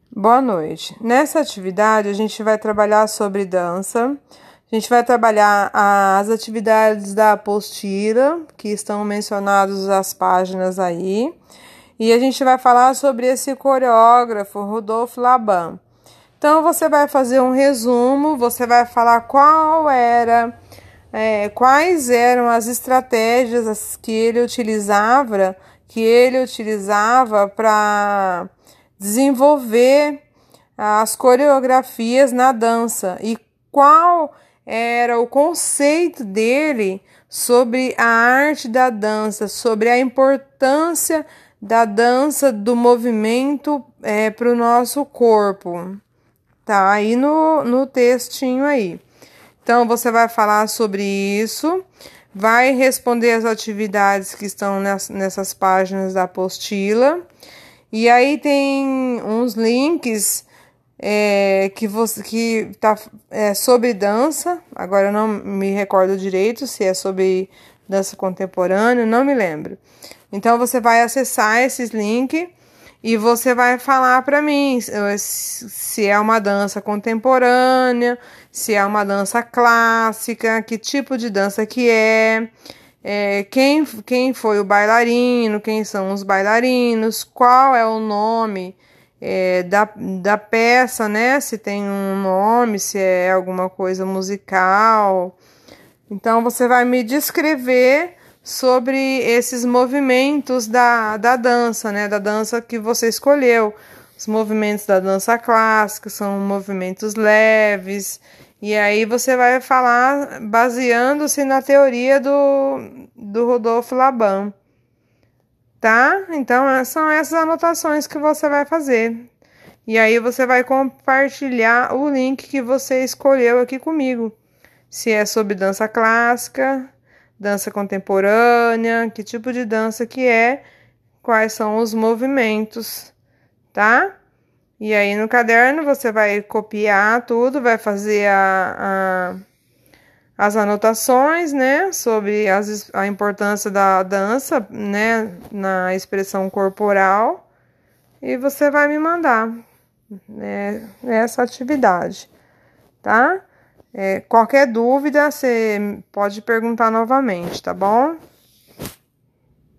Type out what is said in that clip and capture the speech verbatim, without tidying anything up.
Boa noite. Nessa atividade, a gente vai trabalhar sobre dança. A gente vai trabalhar as atividades da apostila, que estão mencionadas as páginas aí. E a gente vai falar sobre esse coreógrafo, Rodolphe Laban. Então, você vai fazer um resumo, você vai falar qual era, é, quais eram as estratégias que ele utilizava, que ele utilizava para desenvolver as coreografias na dança e qual era o conceito dele sobre a arte da dança, sobre a importância da dança, do movimento é, para o nosso corpo. Tá aí no, no textinho aí. Então, você vai falar sobre isso, vai responder as atividades que estão ness, nessas páginas da apostila. E aí tem uns links é, que você que tá é, sobre dança. Agora eu não me recordo direito se é sobre dança contemporânea, não me lembro. Então você vai acessar esses links e você vai falar para mim se é uma dança contemporânea, se é uma dança clássica, que tipo de dança que é. É, quem, quem foi o bailarino, quem são os bailarinos, qual é o nome é, da, da peça, né? Se tem um nome, se é alguma coisa musical. Então, você vai me descrever sobre esses movimentos da, da dança, né? Da dança que você escolheu. Os movimentos da dança clássica são movimentos leves. E aí você vai falar baseando-se na teoria do, do Rodolphe Laban, tá? Então, são essas anotações que você vai fazer. E aí você vai compartilhar o link que você escolheu aqui comigo. Se é sobre dança clássica, dança contemporânea, que tipo de dança que é, quais são os movimentos, tá? E aí no caderno você vai copiar tudo, vai fazer a, a, as anotações, né, sobre as, a importância da dança, né, na expressão corporal, e você vai me mandar, né, essa atividade, tá? É, qualquer dúvida você pode perguntar novamente, tá bom?